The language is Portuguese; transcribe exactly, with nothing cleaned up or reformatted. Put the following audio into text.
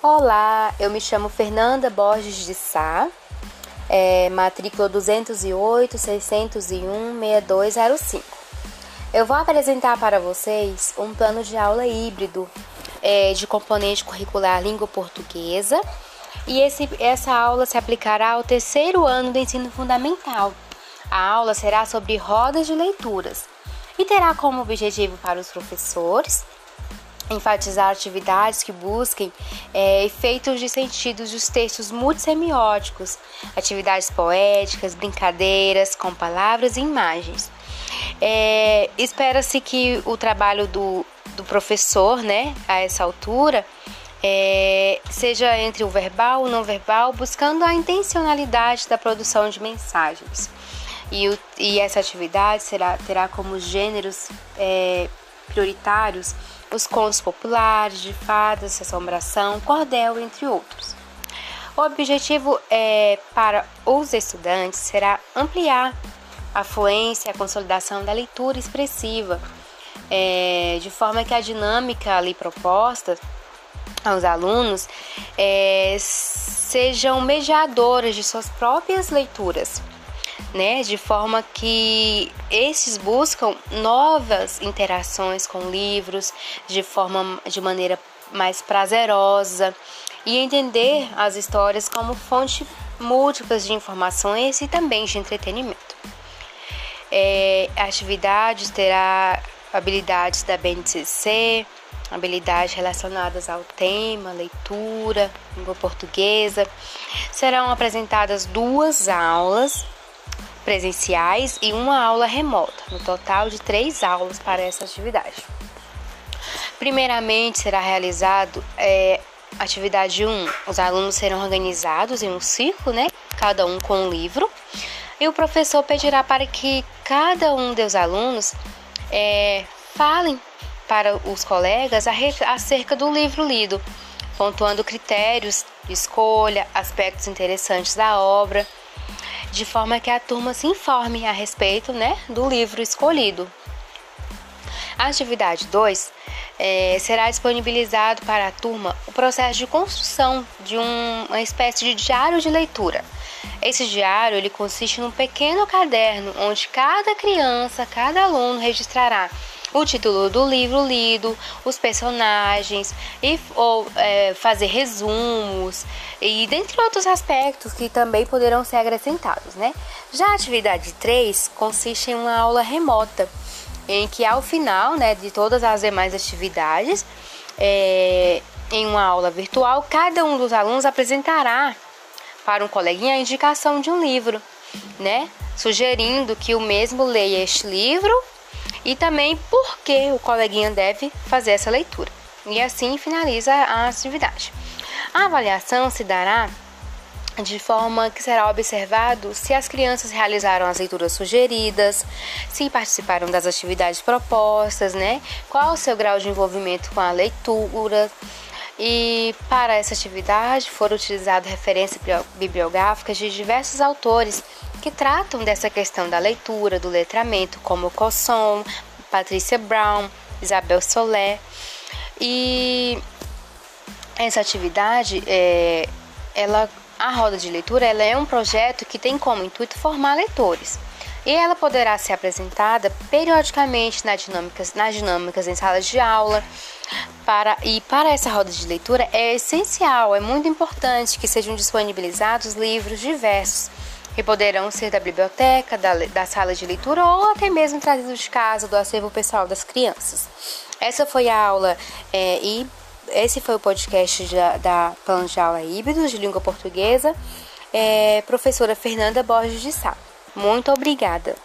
Olá, eu me chamo Fernanda Borges de Sá, é, matrícula duzentos e oito, seiscentos e um, sessenta e dois zero cinco. Eu vou apresentar para vocês um plano de aula híbrido é, de componente curricular língua portuguesa e esse, essa aula se aplicará ao terceiro ano do ensino fundamental. A aula será sobre rodas de leituras e terá como objetivo para os professores enfatizar atividades que busquem é, efeitos de sentidos dos textos multissemióticos, atividades poéticas, brincadeiras com palavras e imagens. É, espera-se que o trabalho do, do professor, né, a essa altura, é, seja entre o verbal e o não verbal, buscando a intencionalidade da produção de mensagens. E, o, e essa atividade será, terá como gêneros é, prioritários os contos populares, de fadas, assombração, cordel, entre outros. O objetivo é, para os estudantes será ampliar a fluência e a consolidação da leitura expressiva, é, de forma que a dinâmica ali proposta aos alunos é, sejam mediadoras de suas próprias leituras, né, de forma que esses buscam novas interações com livros de forma de maneira mais prazerosa e entender as histórias como fonte múltiplas de informações e também de entretenimento. É, a atividade terá habilidades da B N C C, habilidades relacionadas ao tema, leitura, língua portuguesa. Serão apresentadas duas aulas presenciais e uma aula remota, no total de três aulas para essa atividade. Primeiramente, será realizado é, atividade um. Os alunos serão organizados em um círculo, né, cada um com um livro, e o professor pedirá para que cada um dos alunos é, falem para os colegas acerca do livro lido, pontuando critérios de escolha, aspectos interessantes da obra, de forma que a turma se informe a respeito, né, do livro escolhido. A atividade dois é, será disponibilizado para a turma o processo de construção de um, uma espécie de diário de leitura. Esse diário ele consiste num pequeno caderno onde cada criança, cada aluno registrará o título do livro lido, os personagens, e, ou é, fazer resumos, e dentre outros aspectos que também poderão ser acrescentados, né? Já a atividade três consiste em uma aula remota, em que ao final, né, de todas as demais atividades, é, em uma aula virtual, cada um dos alunos apresentará para um coleguinha a indicação de um livro, né? Sugerindo que o mesmo leia este livro e também por que o coleguinha deve fazer essa leitura. E assim finaliza a atividade. A avaliação se dará de forma que será observado se as crianças realizaram as leituras sugeridas, se participaram das atividades propostas, né? Qual o seu grau de envolvimento com a leitura. E para essa atividade foram utilizadas referências bibliográficas de diversos autores que tratam dessa questão da leitura, do letramento, como Cosson, Patrícia Brown, Isabel Soler. E essa atividade, é, ela, a roda de leitura, ela é um projeto que tem como intuito formar leitores. E ela poderá ser apresentada periodicamente nas dinâmicas, nas dinâmicas em salas de aula. Para, e para essa roda de leitura é essencial, é muito importante que sejam disponibilizados livros diversos, que poderão ser da biblioteca, da, da sala de leitura ou até mesmo trazidos de casa, do acervo pessoal das crianças. Essa foi a aula é, e esse foi o podcast da, da Plano de Aula Híbridos de Língua Portuguesa, é, professora Fernanda Borges de Sá. Muito obrigada.